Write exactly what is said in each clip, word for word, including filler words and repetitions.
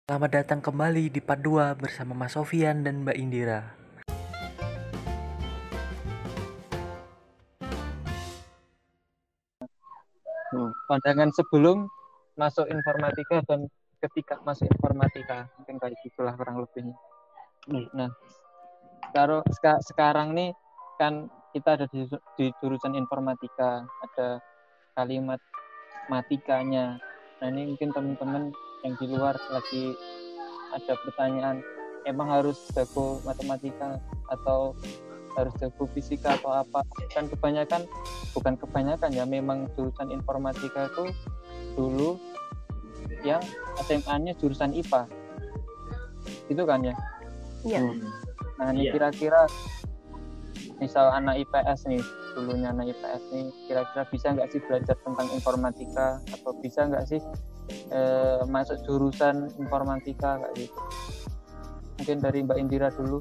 Selamat datang kembali di Part dua bersama Mas Sofian dan Mbak Indira. Hmm. Pandangan sebelum masuk informatika dan ketika masuk informatika, mungkin kayak gitulah kurang lebihnya. Hmm. Nah, kalau seka- sekarang nih kan kita ada di, di jurusan informatika, ada kalimat matikanya. Nah, ini mungkin teman-teman yang di luar lagi ada pertanyaan, emang harus jago matematika atau harus jago fisika atau apa? Kan kebanyakan, bukan kebanyakan ya, memang jurusan informatika itu dulu yang S M A-nya jurusan I P A, gitu kan ya? Iya. Nah, ini Iya. kira-kira misal anak I P S nih, dulunya anak I P S nih, kira-kira bisa nggak sih belajar tentang informatika atau bisa nggak sih eh, masuk jurusan informatika kayak gitu? Mungkin dari Mbak Indira dulu.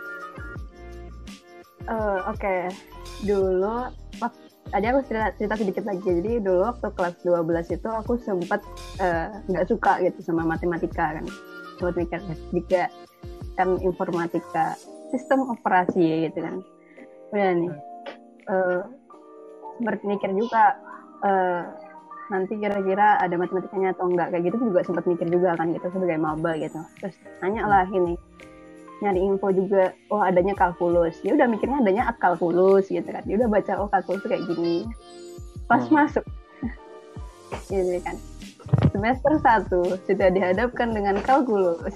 Uh, Oke, okay. Dulu tadi aku cerita, cerita sedikit lagi. Jadi dulu waktu kelas dua belas itu aku sempat nggak uh, suka gitu sama matematika kan. Sempat mikir juga kan informatika sistem operasi gitu kan. Udah nih, uh, sempat mikir juga uh, nanti kira-kira ada matematikanya atau enggak kayak gitu juga sempat mikir juga kan gitu sebagai maba gitu. Terus nanya lah ini. Nyari info juga, oh adanya kalkulus, ya udah mikirnya adanya at kalkulus gitu kan, ya udah baca oh kalkulus kayak gini, pas hmm. masuk gitu kan semester satu sudah dihadapkan dengan kalkulus.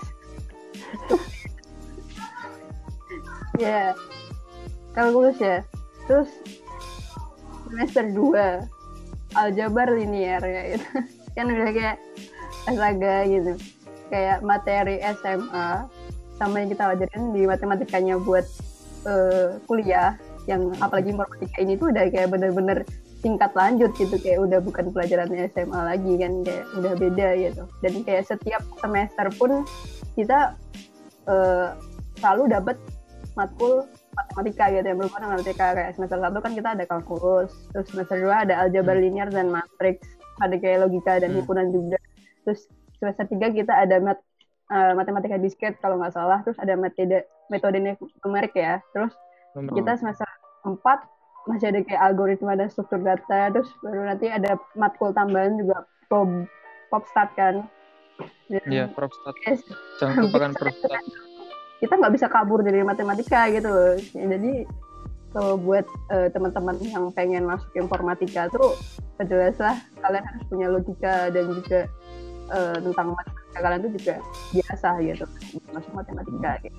Ya kalkulus ya, terus semester dua aljabar linear ya gitu. Kan udah kayak astaga gitu, kayak materi S M A sama yang kita ajarin di matematikanya buat uh, kuliah, yang apalagi informatika ini tuh udah kayak bener-bener tingkat lanjut gitu, kayak udah bukan pelajarannya S M A lagi kan, kayak udah beda gitu. Dan kayak setiap semester pun kita uh, selalu dapat matkul matematika gitu, yang belum pernah matematika. Kayak semester satu kan kita ada kalkulus, terus semester dua ada aljabar hmm. linear dan matriks, ada kayak logika dan himpunan hmm. juga. Terus semester tiga kita ada mat Uh, matematika disket kalau nggak salah, terus ada metode metode numerik ya, terus hmm. kita semester empat masih ada kayak algoritma dan struktur data, terus baru nanti ada matkul tambahan juga pop popstat kan. Iya, popstat. Yes. Jangan lupakan popstat. Kita nggak bisa kabur dari matematika gitu loh. Jadi kalau buat uh, teman-teman yang pengen masuk informatika tuh jelas lah kalian harus punya logika dan juga uh, tentang matematika kalian tuh juga biasa gitu masuk matematika gitu.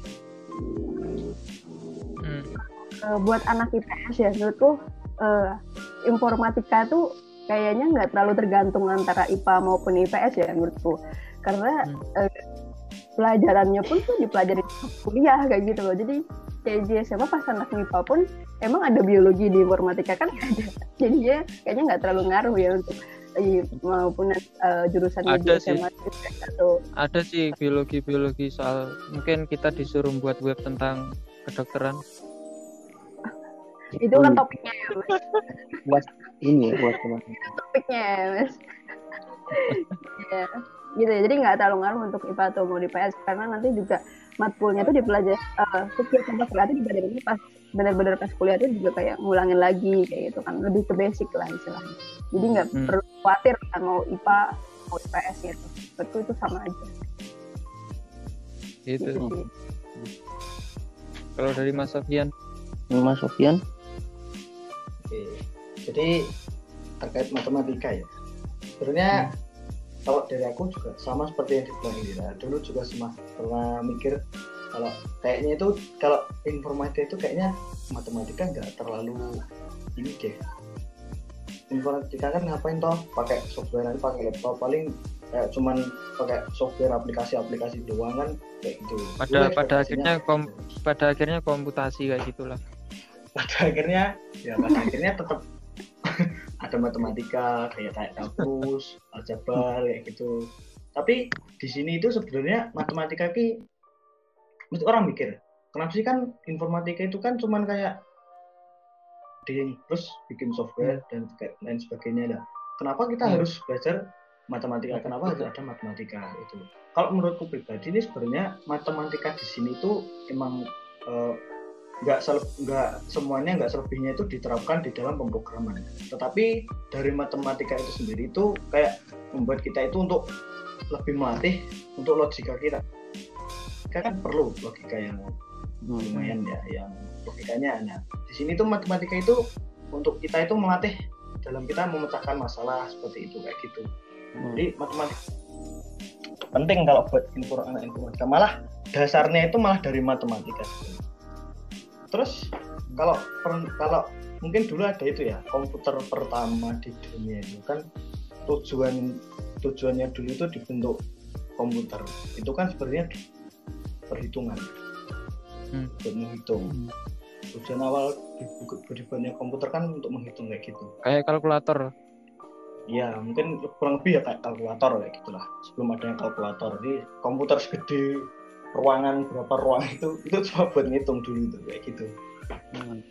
Hmm. Uh, buat anak I P S ya menurutku uh, informatika tuh kayaknya nggak terlalu tergantung antara I P A maupun I P S ya menurutku, karena hmm. uh, pelajarannya pun tuh dipelajari kuliah kayak gitu loh. Jadi kayak di S M A pas anak I P A pun emang ada biologi di informatika kan ada, jadi ya kayaknya nggak terlalu ngaruh ya untuk maupun uh, jurusannya ada di S M A sih. Atau ada sih biologi-biologi soal mungkin kita disuruh buat web tentang kedokteran. Itu kan topiknya ya mas. Ini buat teman. Topiknya mas. Ya, gitu ya. Jadi nggak terlalu ngaruh untuk I P A atau mau di P S, karena nanti juga matkulnya tuh dipelajari uh, setiap semester itu dipelajari pas benar-benar pas kuliah itu juga kayak ngulangin lagi kayak gitu kan, lebih ke basic lah istilahnya. Jadi nggak hmm. perlu khawatir kan mau I P A mau I P S gitu, betul itu sama aja. Gitu. gitu Kalau dari Mas Sofian, Mas Sofian. Oke, jadi terkait matematika ya. Sebenarnya hmm. kalau dari aku juga sama seperti yang dibilang Indira. Dulu juga sempat pernah mikir kalau kayaknya itu kalau informatika itu kayaknya matematika nggak terlalu ini deh. Informatika kan ngapain toh pakai software, nanti pakai laptop, paling kayak cuman pakai software aplikasi-aplikasi doang kan kayak gitu. Pada pada akhirnya kom, pada akhirnya komputasi kayak gitulah. Pada akhirnya ya pada akhirnya tetap ada matematika kayak kayak kalkulus, aljabar kayak gitu. Tapi di sini itu sebenarnya matematika ki mesti orang mikir, kenapa sih kan informatika itu kan cuman kayak ding terus bikin software dan lain sebagainya lah. Kenapa kita hmm. harus belajar matematika. Kenapa harus ada matematika itu? Kalau menurutku pribadi ini sebenarnya matematika di sini tuh emang eh, nggak sel- nggak semuanya nggak selebihnya itu diterapkan di dalam pemrograman. Tetapi dari matematika itu sendiri itu kayak membuat kita itu untuk lebih melatih untuk logika kita. Kita kan perlu logika yang lumayan ya, yang logikanya. Nah, di sini tuh matematika itu untuk kita itu melatih dalam kita memecahkan masalah seperti itu kayak gitu. Hmm. Jadi matematika penting kalau buat info anak informatika. Malah dasarnya itu malah dari matematika. Terus kalau kalau mungkin dulu ada itu ya, komputer pertama di dunia itu kan tujuan tujuannya dulu itu dibentuk komputer. Itu kan sebenarnya perhitungan. Hmm. Untuk menghitung. Hmm. Tujuan awal dibuatnya komputer kan untuk menghitung kayak gitu. Kayak kalkulator. Ya mungkin kurang lebih ya kayak kalkulator kayak gitulah. Sebelum adanya kalkulator, jadi komputer segede ruangan berapa ruang itu itu cuma buat ngitung dulu itu kayak gitu. Hmm.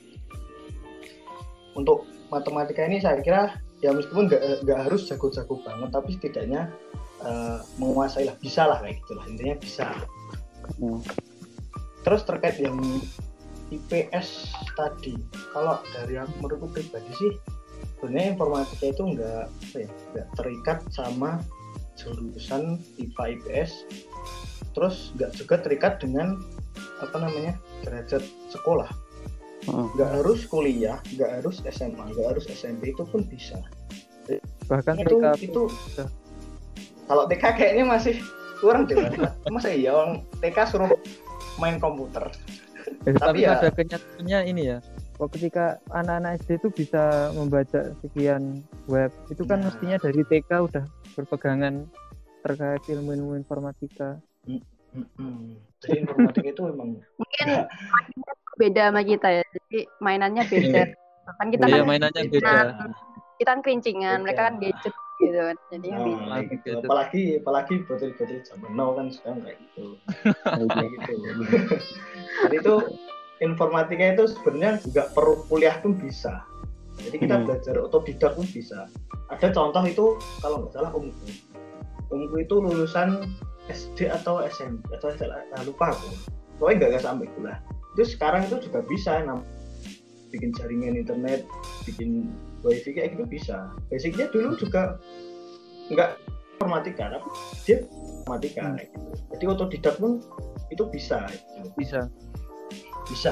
Untuk matematika ini saya kira ya meskipun nggak nggak harus jago-jago banget, tapi setidaknya uh, menguasai lah, bisa lah kayak gitulah, intinya bisa. Hmm. Terus terkait yang I P S tadi, kalau dari aku menurutku pribadi sih sebenarnya informatika itu nggak apa ya nggak terikat sama jurusan I P A I P S, terus nggak juga terikat dengan apa namanya derajat sekolah. Nggak hmm. harus kuliah, nggak harus S M A, nggak harus S M P, itu pun bisa. Bahkan itu T K itu kalau T K kayaknya masih kurang deh. Masa iya orang T K suruh main komputer. Eh, tapi, tapi ya, pada kenyataannya ini ya, ketika anak-anak S D itu bisa membaca sekian web, itu kan nah. mestinya dari T K udah berpegangan terkait ilmu-ilmu informatika. Hmm. Hmm. Jadi informatika itu memang mungkin beda sama kita ya, jadi mainannya beda. Kan kita iya, kan mainannya beda. Kita kan kerincingan, mereka kan gadget gitu kan. Jadi oh, beda. Gitu. Apalagi apalagi bocil-bocil zaman now kan sekarang kayak gitu. Kayak gitu. Jadi itu informatika itu sebenarnya nggak perlu kuliah pun bisa. Jadi kita hmm. belajar otodidak pun bisa. Ada contoh itu kalau nggak salah omku. Omku itu lulusan S D atau S M P atau nah, lupa aku. Pokoknya nggak sampai kuliah. Itu sekarang itu juga bisa nam- bikin jaringan internet, bikin wifi kayak gitu bisa. Basicnya dulu juga nggak informatika, tapi dia informatika hmm. kayak gitu. Jadi otodidak pun itu bisa. Gitu. Bisa. Bisa.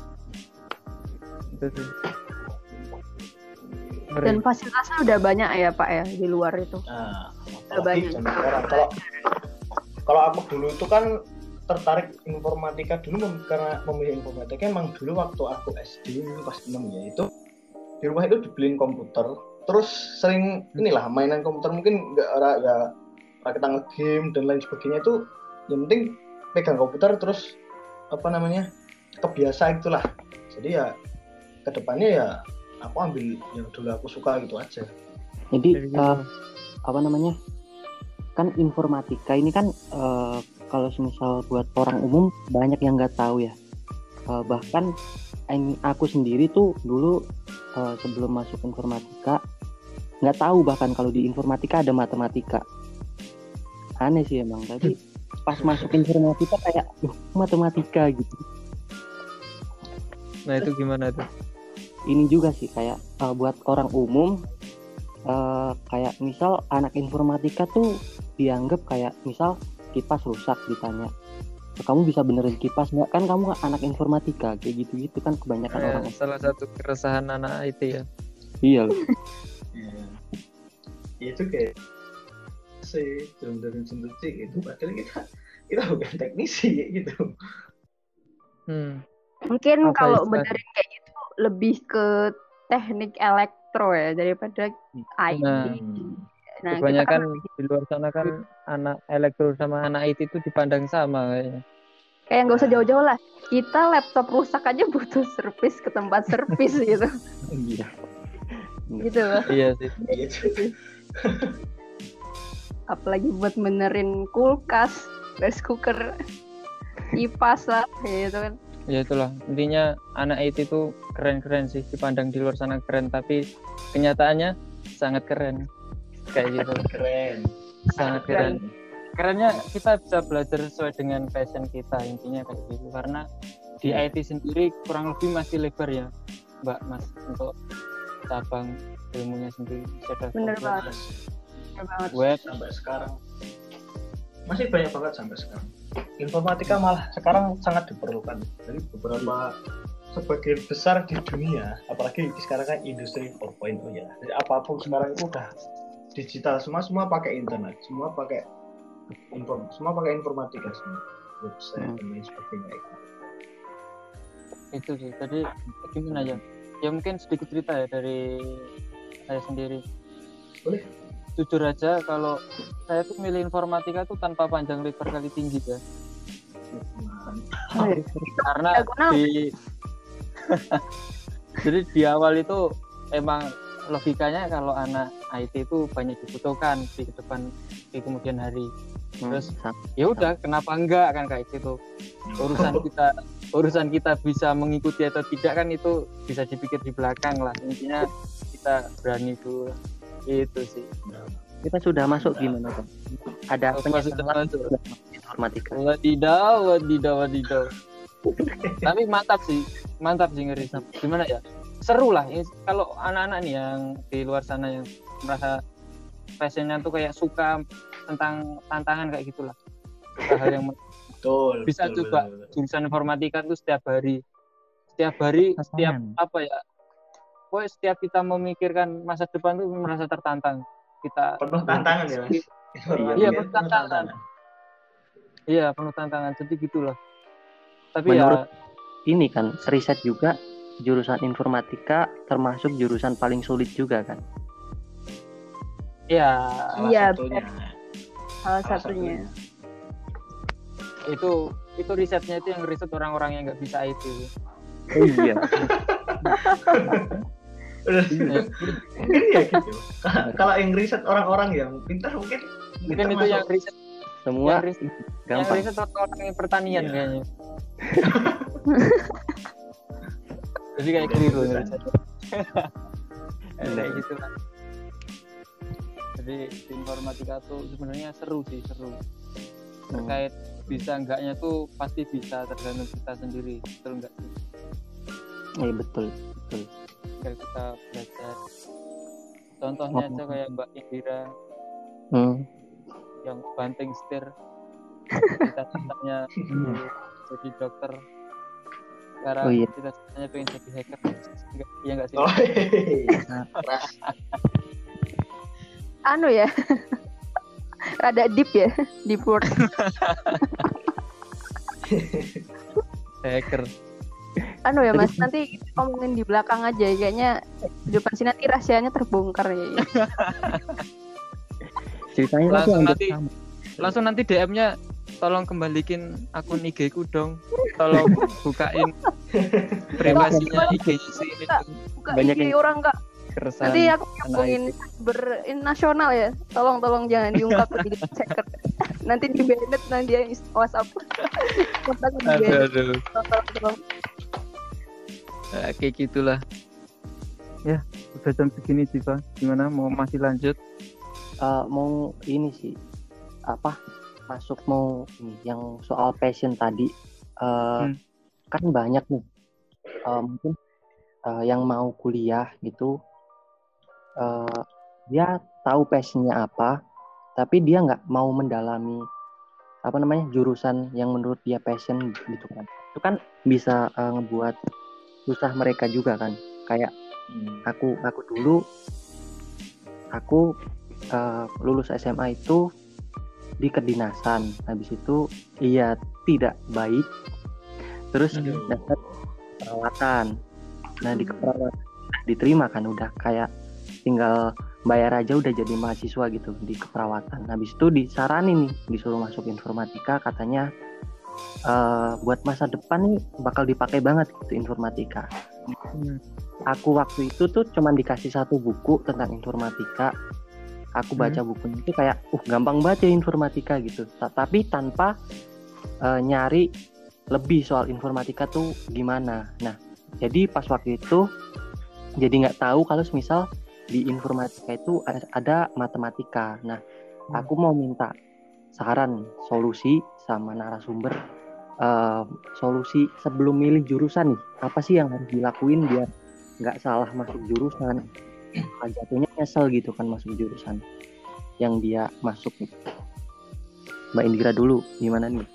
Dan fasilitasnya udah banyak ya Pak ya di luar itu. Nah, udah banyak. Kalau kalau aku dulu itu kan tertarik informatika dulu karena memilih informatika emang dulu waktu aku S D kelas enam ya, itu di rumah itu dibeliin komputer, terus sering inilah mainan komputer, mungkin nggak ya kita nge-game dan lain sebagainya, itu yang penting pegang komputer terus apa namanya kebiasa itulah. Jadi ya kedepannya ya aku ambil yang dulu aku suka gitu aja. Jadi uh, apa namanya kan informatika ini kan uh, kalau misal buat orang umum banyak yang nggak tahu ya. Uh, bahkan aku sendiri tuh dulu uh, sebelum masuk informatika nggak tahu bahkan kalau di informatika ada matematika. Aneh sih emang. Tapi pas masuk informatika kayak uh, matematika gitu. Nah itu gimana tuh? Ini juga sih kayak uh, buat orang umum uh, kayak misal anak informatika tuh dianggap kayak misal kipas rusak ditanya, kamu bisa benerin kipas nggak? Kan kamu anak informatika kayak gitu-gitu kan kebanyakan eh, orang. Salah satu keresahan anak I T ya. Iya loh. Ya, itu kayak sih benerin sendiri itu padahal kita kita bukan teknisi gitu. Hmm. Mungkin Apa kalau benerin kayak gitu lebih ke teknik elektro ya daripada I T. Nah. Nah, kebanyakan kan di luar sana kan anak elektro sama anak I T itu dipandang sama kayaknya. Kayak nggak usah jauh-jauh lah. Kita laptop rusak aja butuh servis ke tempat servis gitu. Iya. Gitu loh. Iya sih. Apalagi buat benerin kulkas, rice cooker, kipas lah, gitu kan. Ya itulah intinya anak I T itu keren-keren sih, dipandang di luar sana keren, tapi kenyataannya sangat keren. kayak gitu. Keren. Sangat keren. Kerennya kita bisa belajar sesuai dengan passion kita, intinya kayak gitu. Karena di I T sendiri kurang lebih masih lebar ya, Mbak Mas, untuk cabang ilmunya sendiri. Bisa Bener ada banget. Bener banget. web, Sampai sekarang masih banyak banget sampai sekarang. Informatika malah sekarang sangat diperlukan. Jadi beberapa sebagian besar di dunia, apalagi di sekarang kan industri empat titik nol ya. Jadi apapun sekarang itu udah digital semua, semua pakai internet, semua pakai inform, semua pakai informatika semua. Website Hmm. dan lain sebagainya. itu sih. Jadi gimana ya? Ya mungkin sedikit cerita ya dari saya sendiri. Boleh. Jujur aja kalau saya tuh milih informatika tuh tanpa panjang lebar kali tinggi ya. Karena Diagonal. di jadi di awal itu emang logikanya kalau anak I T itu banyak dibutuhkan di depan di kemudian hari. Terus ya udah kenapa enggak kan kayak gitu. Urusan kita urusan kita bisa mengikuti atau tidak kan itu bisa dipikir di belakang lah. Intinya kita berani dulu. Itu sih. Kita sudah masuk gimana Pak? Ada Apa sudah penyesalan masuk? informatika. Wadidaw, wadidaw, wadidaw. Tapi mantap sih, mantap sih ngeri. Gimana ya? Seru lah. Ini kalau anak-anak nih yang di luar sana yang merasa passionnya tuh kayak suka tentang tantangan kayak gitulah. Suka hal yang Betul. bisa betul, coba betul, betul. jurusan informatika tuh setiap hari, setiap hari, setiap apa ya? Pokoknya setiap kita memikirkan masa depan tuh merasa tertantang. Kita Penuh tantangan ya Mas. Informatika Iya, penuh penuh tantangan. Iya, penuh tantangan. Jadi gitulah. Tapi Menurut ya ini kan riset juga jurusan informatika termasuk jurusan paling sulit juga kan. ya Salah Iya, satunya. Salah Salah satunya. itu itu risetnya itu yang riset orang-orang yang nggak bisa I T. Oh iya. Mungkin ya gitu. Kalau yang riset orang-orang yang pintar mungkin Mungkin itu yang riset Semua yang riset, yang gampang. riset orang-orang yang pertanian Iya. kayaknya. Jadi kayak keliru ya risetnya. Kayak gitu lah. Jadi di informatika tuh sebenarnya seru sih, seru. Terkait bisa enggaknya tuh pasti bisa, tergantung kita sendiri, betul enggak sih? Iya betul, betul. Kalau kita belajar. Contohnya aja kayak Mbak Indira Hmm. yang banting setir, kita cita-citanya jadi dokter, sekarang Oh, iya. cita-citanya pengen jadi hacker. Enggak, iya enggak sih? Oh, hehehe. Keras. Anu ya. Rada deep ya, deep word. Hacker. Anu ya Mas, nanti kita ngomongin di belakang aja. Kayaknya di depan sini nanti rahasianya terbongkar ya. Ceritanya tapi Langsung hampir nanti sama. langsung nanti D M-nya tolong kembalikin akun I G ku dong. Tolong bukain privasinya I G sini. Buka Banyak I G yang- orang Kak. Keresahan. Nanti aku ngomongin bernasional ya. Tolong tolong jangan diungkap di hacker. Nanti di banned nanti dia WhatsApp. Kontak di Aduh, banned. aduh. Tolong tolong. Nah, kayak gitulah. Ya, udah jam segini sih, Pak. Gimana mau masih lanjut? Eh, mau ini sih apa masuk mau ini yang soal passion tadi eh, Hmm. kan banyak nih eh, mungkin eh, yang mau kuliah gitu eh, dia tahu passionnya apa tapi dia nggak mau mendalami apa namanya jurusan yang menurut dia passion gitu kan itu kan bisa eh, ngebuat susah mereka juga kan kayak Hmm. aku aku dulu aku uh, lulus S M A itu di kedinasan habis itu iya tidak baik terus Aduh. daftar perawatan nah di keperawatan diterima kan udah kayak tinggal bayar aja udah jadi mahasiswa gitu di keperawatan habis itu disaranin nih disuruh masuk informatika katanya uh, buat masa depan nih bakal dipakai banget gitu informatika. Aku waktu itu tuh cuman dikasih satu buku tentang informatika. Aku baca bukunya itu kayak, uh gampang banget ya informatika gitu. Ta- Tapi tanpa uh, nyari lebih soal informatika tuh gimana. Nah, jadi pas waktu itu jadi nggak tahu kalau misal di informatika itu ada, ada matematika. Nah, aku mau minta saran, solusi sama narasumber. Uh, solusi sebelum milih jurusan nih, apa sih yang harus dilakuin biar nggak salah masuk jurusan? Jatuhnya nyesel gitu kan masuk jurusan yang dia masuk nih. Mbak Indira dulu, gimana nih?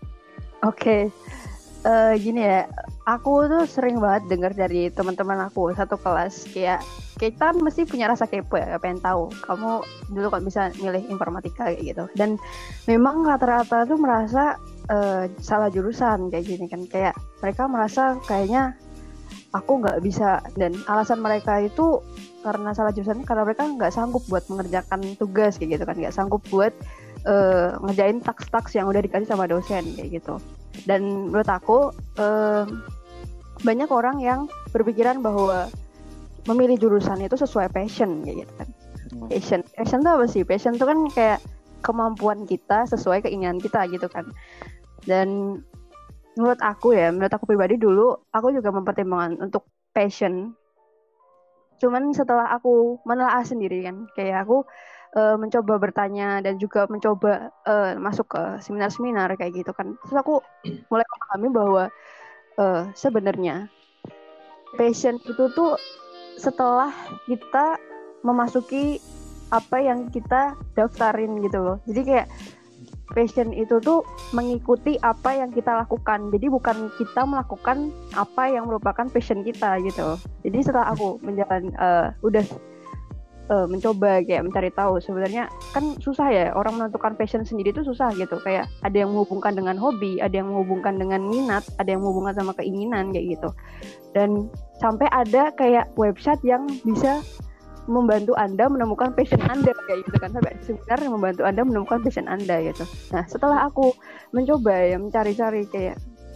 Oke, uh, gini ya, aku tuh sering banget dengar dari teman-teman aku satu kelas kayak kita mesti punya rasa kepo ya, pengen tahu kamu dulu kok bisa milih informatika kayak gitu. Dan memang rata-rata tuh merasa uh, salah jurusan kayak gini kan, kayak mereka merasa kayaknya aku nggak bisa, dan alasan mereka itu karena salah jurusan karena mereka nggak sanggup buat mengerjakan tugas kayak gitu kan, nggak sanggup buat uh, ngerjain taks-taks yang udah dikasih sama dosen kayak gitu. Dan menurut aku uh, banyak orang yang berpikiran bahwa memilih jurusan itu sesuai passion kayak gitu kan. Passion, passion itu apa sih? Passion itu kan kayak kemampuan kita sesuai keinginan kita gitu kan. Dan menurut aku ya, menurut aku pribadi dulu, aku juga mempertimbangkan untuk passion. Cuman setelah aku menelaah sendiri kan, kayak aku uh, mencoba bertanya dan juga mencoba uh, masuk ke seminar-seminar kayak gitu kan. Terus aku mulai memahami bahwa uh, sebenarnya passion itu tuh setelah kita memasuki apa yang kita daftarin gitu loh. Jadi kayak passion itu tuh mengikuti apa yang kita lakukan. Jadi bukan kita melakukan apa yang merupakan passion kita gitu. Jadi setelah aku menjalan uh, udah uh, mencoba kayak mencari tahu, sebenarnya kan susah ya orang menentukan passion sendiri itu susah gitu. Kayak ada yang menghubungkan dengan hobi, ada yang menghubungkan dengan minat, ada yang menghubungkan sama keinginan kayak gitu. Dan sampai ada kayak website yang bisa membantu Anda menemukan passion Anda kayak gitu kan, sampai seminar yang membantu Anda menemukan passion Anda gitu. Nah setelah aku mencoba ya mencari-cari kayak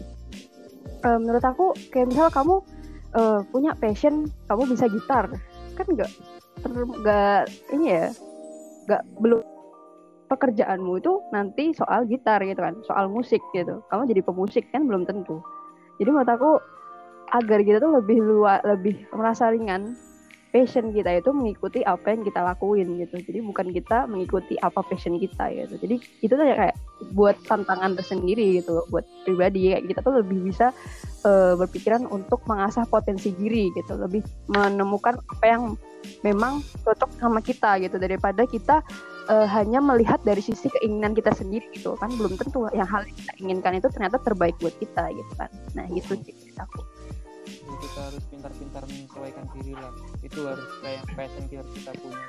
uh, menurut aku kayak misal kamu uh, punya passion kamu bisa gitar kan, nggak nggak ini ya nggak belum pekerjaanmu itu nanti soal gitar gitu kan, soal musik gitu, kamu jadi pemusik kan belum tentu. Jadi menurut aku agar kita tuh lebih luas, lebih merasa ringan, passion kita itu mengikuti apa yang kita lakuin gitu. Jadi bukan kita mengikuti apa passion kita gitu. Jadi itu tuh kayak buat tantangan tersendiri gitu, buat pribadi kayak kita tuh lebih bisa uh, berpikiran untuk mengasah potensi diri gitu, lebih menemukan apa yang memang cocok sama kita gitu, daripada kita uh, hanya melihat dari sisi keinginan kita sendiri gitu kan, belum tentu yang hal yang kita inginkan itu ternyata terbaik buat kita gitu kan. Nah gitu sih aku. Kita harus pintar-pintar menyesuaikan diri lah, itu harus kayak passion yang harus kita punya.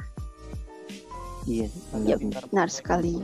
Iya, ya, benar sekali.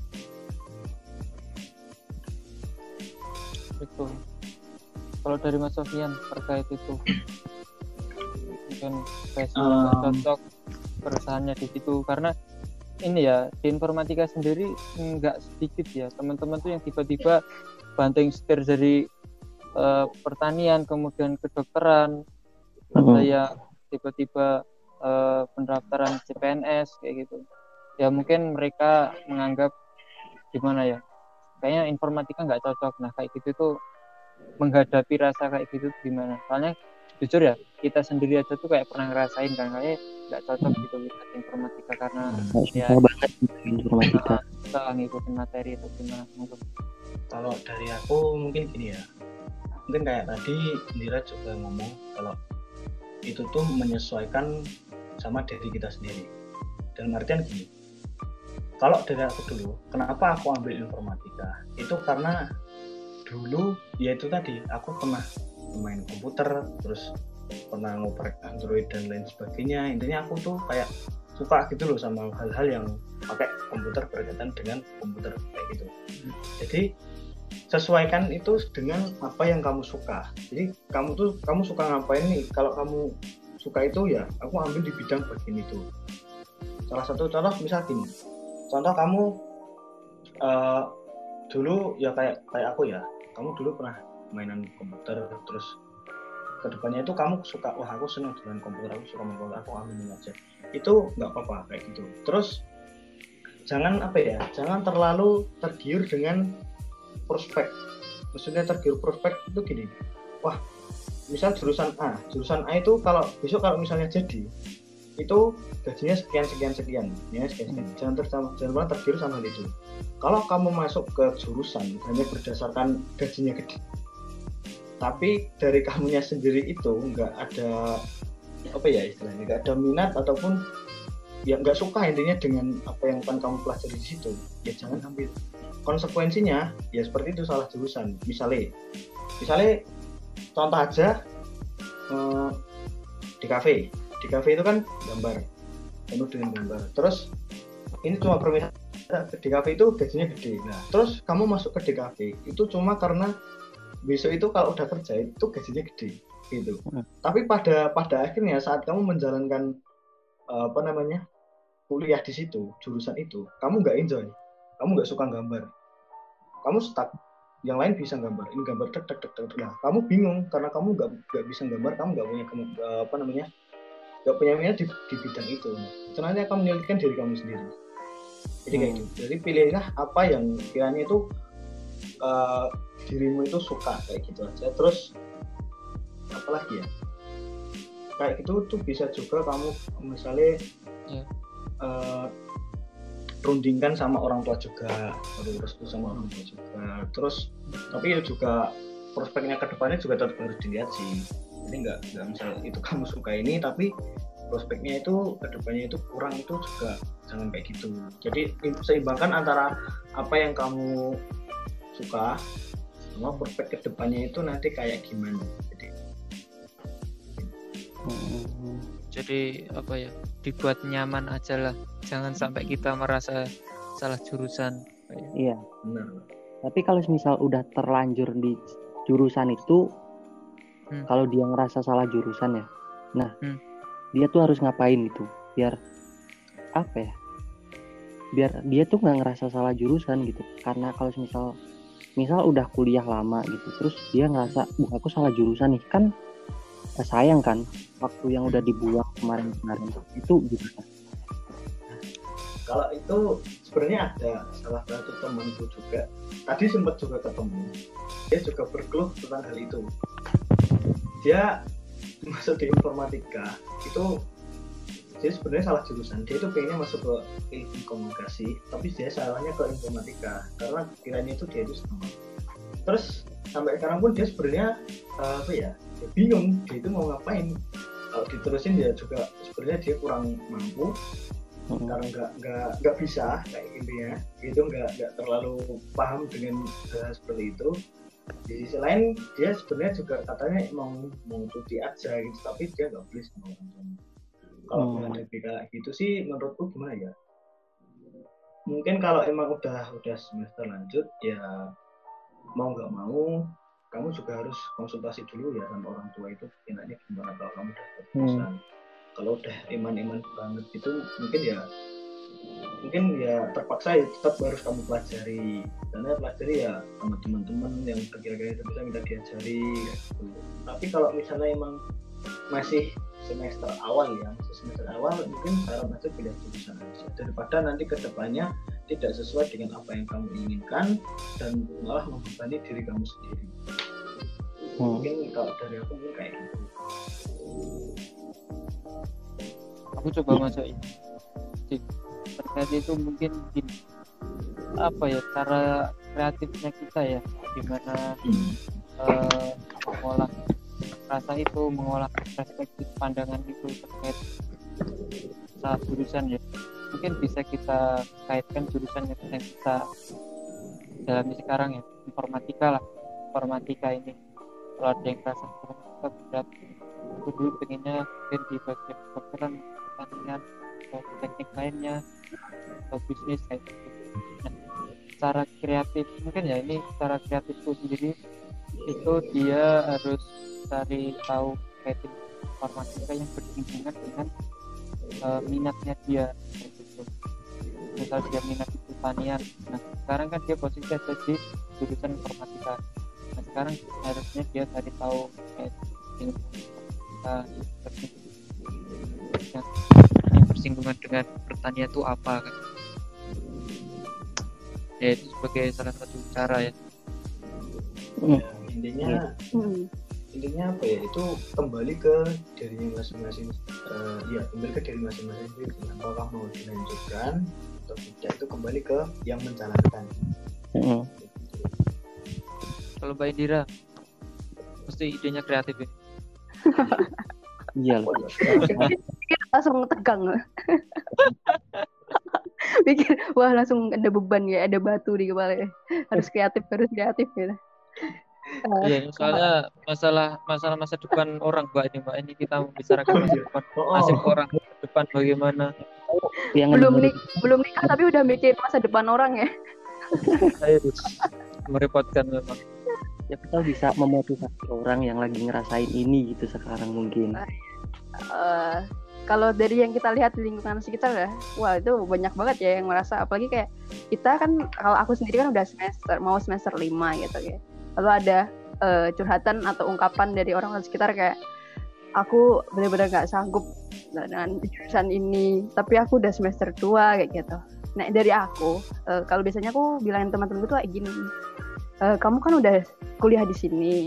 Betul. Kalau dari Mas Sofian terkait itu, mungkin passion um. cocok perusahaannya di situ, karena ini ya di informatika sendiri nggak sedikit ya teman-teman tuh yang tiba-tiba banting setir dari Uh, pertanian kemudian kedokteran, uh-huh. saya tiba-tiba uh, pendaftaran C P N S kayak gitu ya, mungkin mereka menganggap gimana ya, kayaknya informatika nggak cocok. Nah kayak gitu tuh menghadapi rasa kayak gitu gimana, soalnya jujur ya kita sendiri aja tuh kayak pernah ngerasain kan, kayak nggak cocok gitu kita informatika karena hmm. ya banget informatika kita ngikutin materi itu gimana. Mungkin kalau dari aku mungkin gini ya, mungkin kayak tadi Indira juga ngomong kalau itu tuh menyesuaikan sama diri kita sendiri. Dan artian gini, kalau dari aku dulu, kenapa aku ambil informatika? Itu karena dulu ya itu tadi aku pernah main komputer, terus pernah ngoprek Android dan lain sebagainya. Intinya aku tuh kayak suka gitu loh sama hal-hal yang pakai komputer, berkaitan dengan komputer kayak gitu. Jadi sesuaikan itu dengan apa yang kamu suka. Jadi kamu tuh kamu suka ngapain nih? Kalau kamu suka itu ya aku ambil di bidang bagian itu. Salah satu contoh misal gini, contoh kamu uh, dulu ya kayak kayak aku ya, kamu dulu pernah mainan komputer, terus kedepannya itu kamu suka, wah aku senang dengan komputer, aku suka main komputer, aku ambil ini aja. Itu nggak apa-apa kayak gitu. Terus jangan apa ya, jangan terlalu tergiur dengan prospek. Maksudnya tergiur prospek itu gini, wah misal jurusan A, jurusan A itu kalau besok kalau misalnya jadi itu gajinya sekian sekian sekian ya sekian sekian jangan ter jangan pernah tergiur sama hal itu. Kalau kamu masuk ke jurusan hanya berdasarkan gajinya gede tapi dari kamunya sendiri itu nggak ada apa ya istilahnya nggak ada minat ataupun ya nggak suka intinya dengan apa yang akan kamu pelajari di situ, ya jangan ambil. Konsekuensinya ya seperti itu, salah jurusan. Misalnya misalnya contoh aja eh, di kafe di kafe itu kan gambar, penuh dengan gambar. Terus ini cuma permintaan di kafe itu gajinya gede. Nah terus kamu masuk ke di kafe itu cuma karena besok itu kalau udah kerja itu gajinya gede gitu. Hmm. Tapi pada pada akhirnya saat kamu menjalankan uh, apa namanya kuliah di situ, jurusan itu, kamu nggak enjoy, kamu nggak suka gambar, kamu stuck. Yang lain bisa gambar, ini gambar tek tek tek tek. Nah, kamu bingung karena kamu nggak nggak bisa gambar, kamu nggak punya uh, apa namanya nggak punya minat di, di bidang itu. Nah, itu nanti akan menyulitkan diri kamu sendiri. Jadi kayak gitu. Jadi pilihlah apa yang kiranya itu uh, dirimu itu suka kayak gitu aja. Terus apalagi ya kayak gitu tuh bisa juga kamu misalnya yeah. uh, rundingkan sama orang tua juga, terus sama orang tua juga. Terus tapi ya juga prospeknya ke depannya juga tetap harus dilihat sih. Jadi nggak nggak misal itu kamu suka ini tapi prospeknya itu ke depannya itu kurang, itu juga jangan kayak gitu. Jadi seimbangkan antara apa yang kamu suka sama prospek ke depannya itu nanti kayak gimana. Jadi Hmm. Jadi apa ya, dibuat nyaman aja lah, jangan sampai kita merasa salah jurusan. Iya benar. Tapi kalau misal udah terlanjur di jurusan itu, hmm. kalau dia ngerasa salah jurusan ya, nah hmm. dia tuh harus ngapain gitu biar apa ya, biar dia tuh nggak ngerasa salah jurusan gitu. Karena kalau misal misal udah kuliah lama gitu, terus dia ngerasa, buh aku salah jurusan nih, kan sayang kan waktu yang udah dibuang kemarin-kemarin itu gitu kan. Kalau itu sebenarnya ada salah satu temanku juga, tadi sempat juga ketemu, dia juga berkeluh tentang hal itu. Dia masuk di informatika itu, dia sebenarnya salah jurusan. Dia itu pengennya masuk ke ilmu komunikasi, tapi dia salahnya ke informatika karena kiranya itu dia itu sama. Terus sampai sekarang pun dia sebenarnya uh, apa ya, dia bingung dia itu mau ngapain. Kalau diterusin dia juga sebenarnya dia kurang mampu hmm. karena nggak nggak nggak bisa kayak intinya itu nggak nggak terlalu paham dengan hal seperti itu. Di sisi lain dia sebenarnya juga katanya mau mau cuti aja gitu, tapi dia nggak boleh sama orang tua. Kalau hmm. menghadapi kayak gitu sih menurutku gimana ya, mungkin kalau emang udah udah semester lanjut ya mau nggak mau kamu juga harus konsultasi dulu ya sama orang tua itu enaknya gimana kalau kamu udah keputusan. Hmm. Kalau udah iman-iman banget itu mungkin ya mungkin ya terpaksa ya tetap harus kamu pelajari, karena pelajari ya sama teman-teman yang kira-kira itu bisa minta diajari gitu. Tapi kalau misalnya emang masih semester awal ya, semester awal mungkin saran aja pilih jurusan aja daripada nanti kedepannya tidak sesuai dengan apa yang kamu inginkan dan malah membebani diri kamu sendiri. Hmm. Mungkin kalau dari aku mungkin kayak gitu. Aku coba masuk ini terkait itu mungkin gini, apa ya, cara kreatifnya kita ya, gimana hmm. uh, mengolah rasa itu, mengolah perspektif pandangan itu terkait saat jurusan ya. Mungkin bisa kita kaitkan jurusan yang kita dalami sekarang ya, informatika lah. Informatika ini kalau ada yang rasa informatika berat, aku dulu pengennya mungkin di bagian kedokteran, pertanian, atau teknik lainnya, atau bisnis kayak gitu. Nah, cara kreatif mungkin ya, ini cara kreatifku sendiri itu dia harus cari tahu kayak informatika yang berhubungan dengan uh, minatnya dia gitu. Misal dia minat itu pertanian, nah sekarang kan dia posisi ada di jurusan informatika. Nah sekarang harusnya dia cari tahu kayak informatika yang, yang bersinggungan dengan pertanian itu apa kan. Ya itu sebagai salah satu cara ya. Ya, intinya hmm. intinya apa ya, itu kembali ke dirinya masing-masing. Uh, ya kembali ke diri masing-masing sendiri, apakah mau dilanjutkan atau tidak, itu kembali ke yang menjalankan. Mm-hmm. Kalau Mbak Indira pasti idenya kreatif ya. Iya loh. Langsung tegang. Pikir, wah langsung ada beban ya, ada batu di kepala ya. Harus kreatif, harus kreatif gitu. Uh, Iya, soalnya masalah masalah masa depan orang Mbak ini Mbak ini kita membicarakan masa depan Oh, nasib orang masa depan bagaimana. Yang belum ngedengerin- nik belum nikah tapi udah mikir masa depan orang ya. Saya merepotkan memang. ya kita bisa memotivasi orang yang lagi ngerasain ini gitu sekarang mungkin. Uh, kalau dari yang kita lihat di lingkungan sekitar ya, wah itu banyak banget ya yang merasa, apalagi kayak kita kan, kalau aku sendiri kan udah semester mau semester lima gitu ya. Lalu ada uh, curhatan atau ungkapan dari orang sekitar kayak, aku benar-benar nggak sanggup dengan jurusan ini, tapi aku udah semester dua kayak gitu. Nah dari aku, uh, kalau biasanya aku bilangin teman-teman itu kayak gini, e, kamu kan udah kuliah di sini,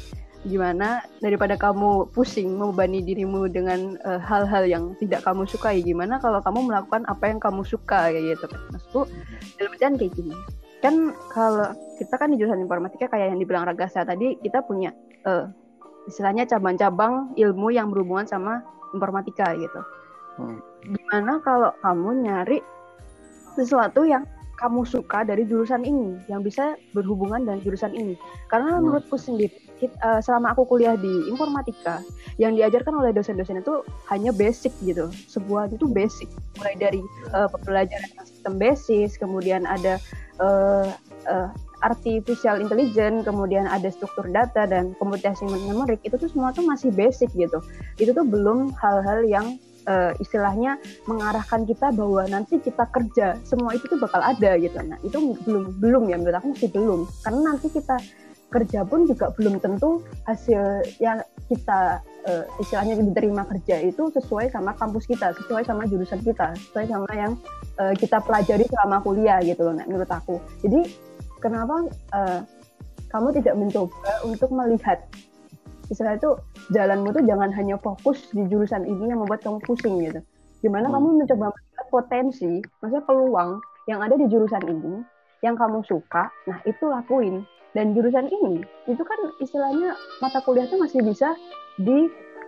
gimana daripada kamu pusing membebani dirimu dengan uh, hal-hal yang tidak kamu sukai, gimana kalau kamu melakukan apa yang kamu suka kayak gitu. Maksudku dalam artian kayak gini, kan kalau kita kan di jurusan informatika kayak yang dibilang Ragasa tadi, kita punya uh, istilahnya cabang-cabang ilmu yang berhubungan sama informatika gitu. Hmm. Gimana kalau kamu nyari sesuatu yang kamu suka dari jurusan ini, yang bisa berhubungan dengan jurusan ini. Karena Hmm. menurutku sendiri, kita, uh, selama aku kuliah di informatika, yang diajarkan oleh dosen-dosen itu hanya basic gitu. Sebuah itu basic, mulai dari uh, pembelajaran sistem basis, kemudian ada uh, uh, artificial intelligence, kemudian ada struktur data dan komputasi memorik. Itu tuh semua tuh masih basic gitu. Itu tuh belum hal-hal yang Uh, istilahnya mengarahkan kita bahwa nanti kita kerja semua itu tuh bakal ada gitu. Nah itu belum belum ya, menurut aku masih belum, karena nanti kita kerja pun juga belum tentu hasil yang kita uh, istilahnya diterima kerja itu sesuai sama kampus kita, sesuai sama jurusan kita, sesuai sama yang uh, kita pelajari selama kuliah gitu loh. Nah, menurut aku, jadi kenapa uh, kamu tidak mencoba untuk melihat istilah itu jalanmu tuh jangan hanya fokus di jurusan ini yang membuat kamu pusing gitu. Gimana hmm. kamu mencoba melihat potensi, maksudnya peluang yang ada di jurusan ini yang kamu suka, nah itu lakuin. Dan jurusan ini itu kan istilahnya mata kuliah tuh masih bisa di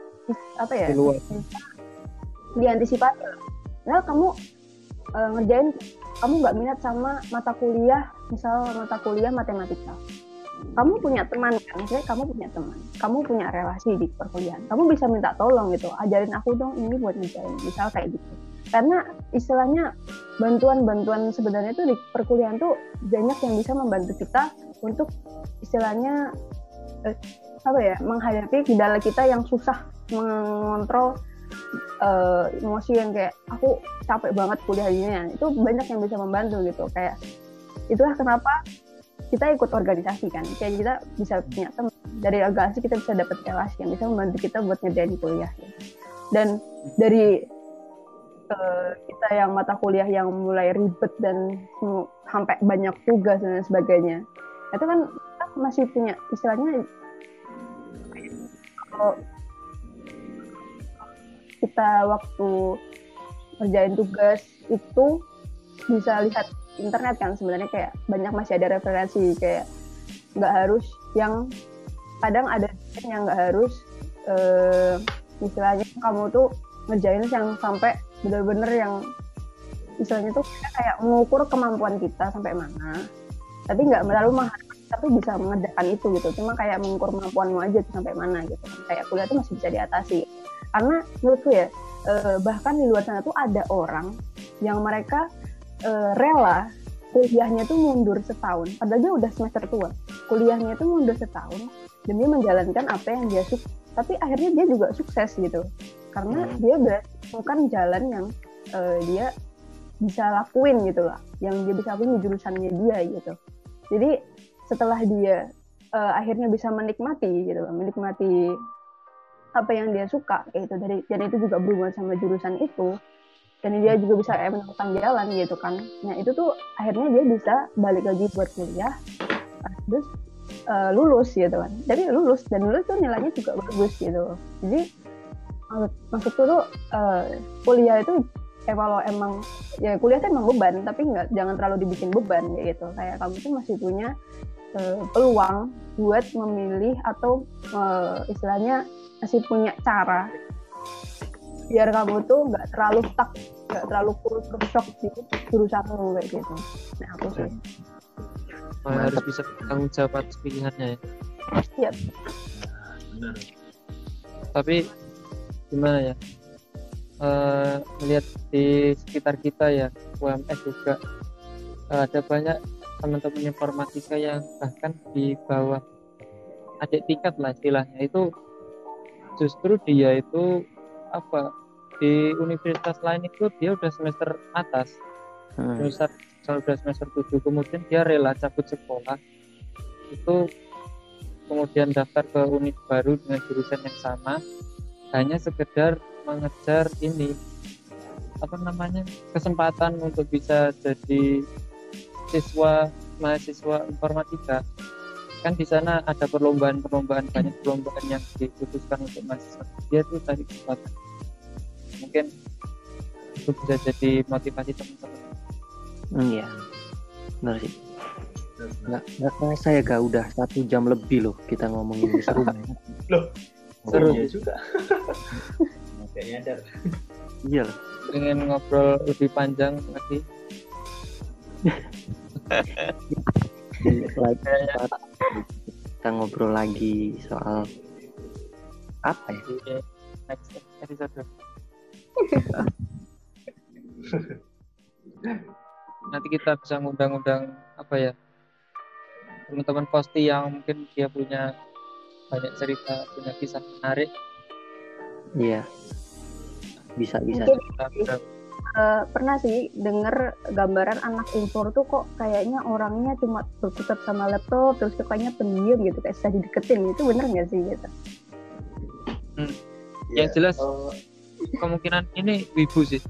apa ya? Di luar. Diantisipasi. Nah, kamu uh, ngerjain, kamu nggak minat sama mata kuliah, misal mata kuliah matematika. Kamu punya teman kan, misalnya kamu punya teman, kamu punya relasi di perkuliahan, kamu bisa minta tolong gitu, ajarin aku dong ini buat ngerjain, misal kayak gitu. Karena istilahnya bantuan-bantuan sebenarnya itu di perkuliahan tuh banyak yang bisa membantu kita untuk istilahnya eh, apa ya, menghadapi kendala kita yang susah mengontrol eh, emosi yang kayak aku capek banget kuliah ini, itu banyak yang bisa membantu gitu. Kayak itulah kenapa kita ikut organisasi kan, kayak kita bisa punya teman dari organisasi, kita bisa dapat relasi yang bisa membantu kita buat ngerjain kuliah gitu. Dan dari uh, kita yang mata kuliah yang mulai ribet dan uh, sampai banyak tugas dan sebagainya, itu kan kita masih punya istilahnya kalau kita waktu ngerjain tugas itu bisa lihat internet kan, sebenarnya kayak banyak masih ada referensi, kayak nggak harus yang kadang ada yang nggak harus uh, istilahnya kamu tuh ngerjain yang sampai bener-bener yang istilahnya tuh kita kayak mengukur kemampuan kita sampai mana, tapi nggak terlalu mahal, tapi bisa mengerjakan itu gitu, cuma kayak mengukur kemampuanmu aja tuh sampai mana gitu. Kayak kuliah tuh masih bisa diatasi, karena menurutku ya uh, bahkan di luar sana tuh ada orang yang mereka Uh, rela kuliahnya tuh mundur setahun, padahal dia udah semester tua, kuliahnya tuh mundur setahun demi menjalankan apa yang dia suka, tapi akhirnya dia juga sukses gitu, karena hmm. dia menemukan jalan yang uh, dia bisa lakuin gitu lah, yang dia bisa lakuin di jurusannya dia gitu. Jadi setelah dia uh, akhirnya bisa menikmati gitu, menikmati apa yang dia suka kayak gitu, dari dan itu juga berhubungan sama jurusan itu, dan dia juga bisa menemukan jalan gitu kan. Nah itu tuh akhirnya dia bisa balik lagi buat kuliah, terus uh, lulus gitu kan. Jadi lulus dan lulus tuh nilainya juga bagus gitu. Jadi maksud, maksudku tuh uh, kuliah itu eh kalau emang ya kuliah itu emang beban, tapi nggak jangan terlalu dibikin beban kayak gitu. Kayak kamu tuh masih punya uh, peluang buat memilih atau uh, istilahnya masih punya cara biar kamu tuh nggak terlalu stuck, nggak terlalu culture shock di jurusanmu kayak gitu. Nah aku sih. Oh, harus bisa tanggung jawab atas pilihannya ya. Iya. Benar. Tapi gimana ya? Uh, melihat di sekitar kita ya, U M S juga uh, ada banyak teman-teman informatika yang bahkan di bawah adik tingkat lah istilahnya, itu justru dia itu apa di universitas lain itu dia udah semester atas, hmm. semester sudah semester tujuh, kemudian dia rela cabut sekolah itu, kemudian daftar ke univ baru dengan jurusan yang sama hanya sekedar mengejar ini apa namanya kesempatan untuk bisa jadi siswa mahasiswa informatika. Kan di sana ada perlombaan-perlombaan, banyak perlombaan yang dikhususkan untuk mahasiswa, dia tuh cari kesempatan. Mungkin itu bisa jadi motivasi teman-teman. Hmm, iya, benar sih. Nggak, nggak kerasa ya gak udah satu jam lebih loh kita ngomongin ini, seru banget. Loh, seru iya juga. Kayak nyadar. Iya loh. Pengen ngobrol lebih panjang lagi. Lagi kita ngobrol lagi soal apa ya? Di next episode. Nanti kita bisa ngundang-undang apa ya, teman-teman Kosti yang mungkin dia punya banyak cerita, punya kisah menarik. Iya, bisa bisa. Mungkin, uh, pernah sih denger gambaran anak impor tuh kok kayaknya orangnya cuma berkutat sama laptop, terus kayaknya pendiam gitu, kayak susah dideketin. Itu bener nggak sih gitu? Hmm. Yang Ya, jelas uh, kemungkinan ini wibu sih.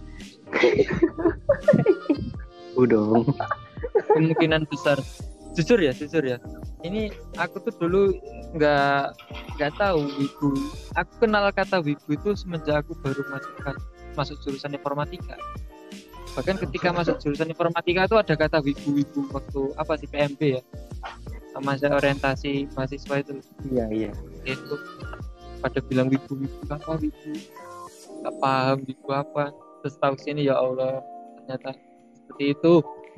Udah. Kemungkinan besar. Jujur ya, jujur ya. Ini aku tuh dulu nggak nggak tahu wibu. Aku kenal kata wibu itu semenjak aku baru masuk masuk jurusan informatika. Bahkan ketika masuk jurusan informatika itu ada kata wibu-wibu waktu apa sih P M B ya, masa orientasi mahasiswa itu. Iya iya. Itu pada bilang wibu-wibu apa wibu, nggak paham wibu apa. Terus tahu sini ya Allah ternyata seperti itu.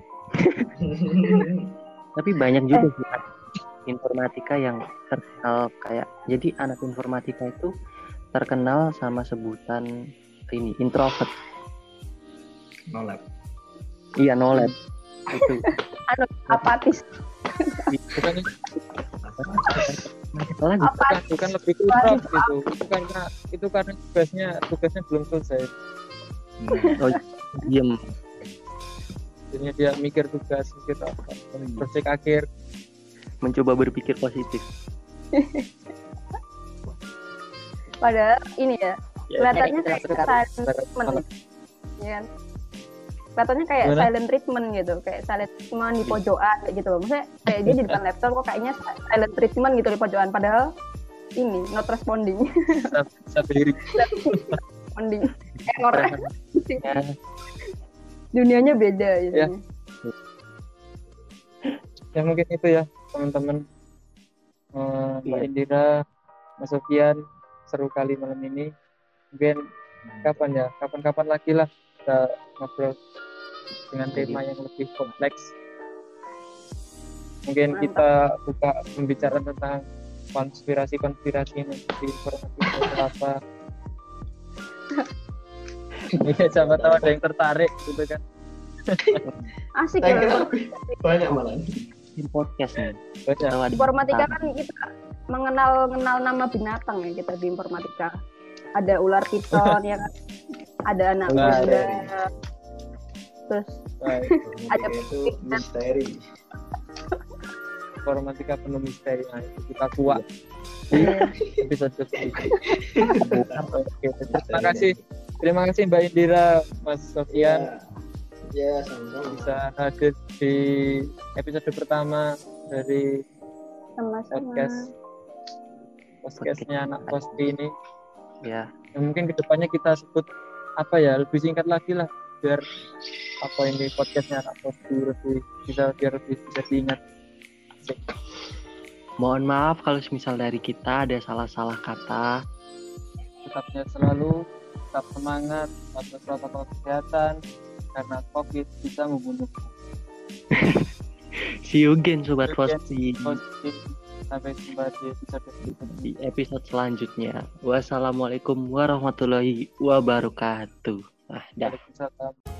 Tapi banyak juga sih informatika yang terkenal kayak, jadi anak informatika itu terkenal sama sebutan ini introvert. no lab. Iya, no lab. Itu Anu apatis. Bukan ini, lagi bukan, bukan lebih ke introvert gitu. Itu karena itu karena tugasnya tugasnya belum selesai. oh, diem. Jadinya dia mikir tugas, mikir apa, proyek akhir. Mencoba berpikir positif. Padahal ini ya, kelihatannya kayak Sekarang- silent treatment, ya kan? Kelihatannya kayak Gimana? silent treatment gitu, kayak silent treatment di pojokan kayak gitu. Maksudnya kayak dia di depan laptop kok kayaknya silent treatment gitu di pojokan, padahal ini not responding, Sabiri. responding, error. Ya, Dunianya beda gitu. Ya. ya mungkin itu ya teman-teman. Eh, Mbak Iya. Indira, Mas Sofian, seru kali malam ini. Mungkin kapan ya, kapan-kapan lagi lah kita ngobrol dengan tema yang lebih kompleks. Mungkin Mantap. kita buka pembicaraan tentang konspirasi-konspirasi ini di informasi itu apa. Ini siapa tahu ada yang tertarik gitu kan. Asik Saya ya. kira banyak malah. Di podcast nih. Banyak. Tahu ada- Informatika kan kita mengenal mengenal nama binatang ya, kita di informatika. Ada ular piton ya kan. Ada anak Ular. kuda. Terus Baik. Ada Informatika itu misteri. Informatika penuh misteri. Nah, itu kita kuat. iya. Episode ini. Oke, terima kasih. Terima kasih Mbak Indira, Mas Sofian, Ya, ya sama-sama. bisa hadir di episode pertama dari Sama-sama. podcast podcastnya anak Posti ini. Ya, Yang mungkin kedepannya kita sebut apa ya, lebih singkat lagi lah, biar apa ini podcastnya anak Posti lebih bisa biar lebih bisa diingat. Asik. mohon maaf kalau misal dari kita ada salah-salah kata. Tetap sehat selalu, tetap semangat, patuhi protokol kesehatan karena COVID bisa membunuh. See you again Sobat See you again, Posti Posti. Sampai jumpa di episode berikutnya. di episode selanjutnya. Wassalamualaikum warahmatullahi wabarakatuh. Nah, dah. Waalaikumsalam.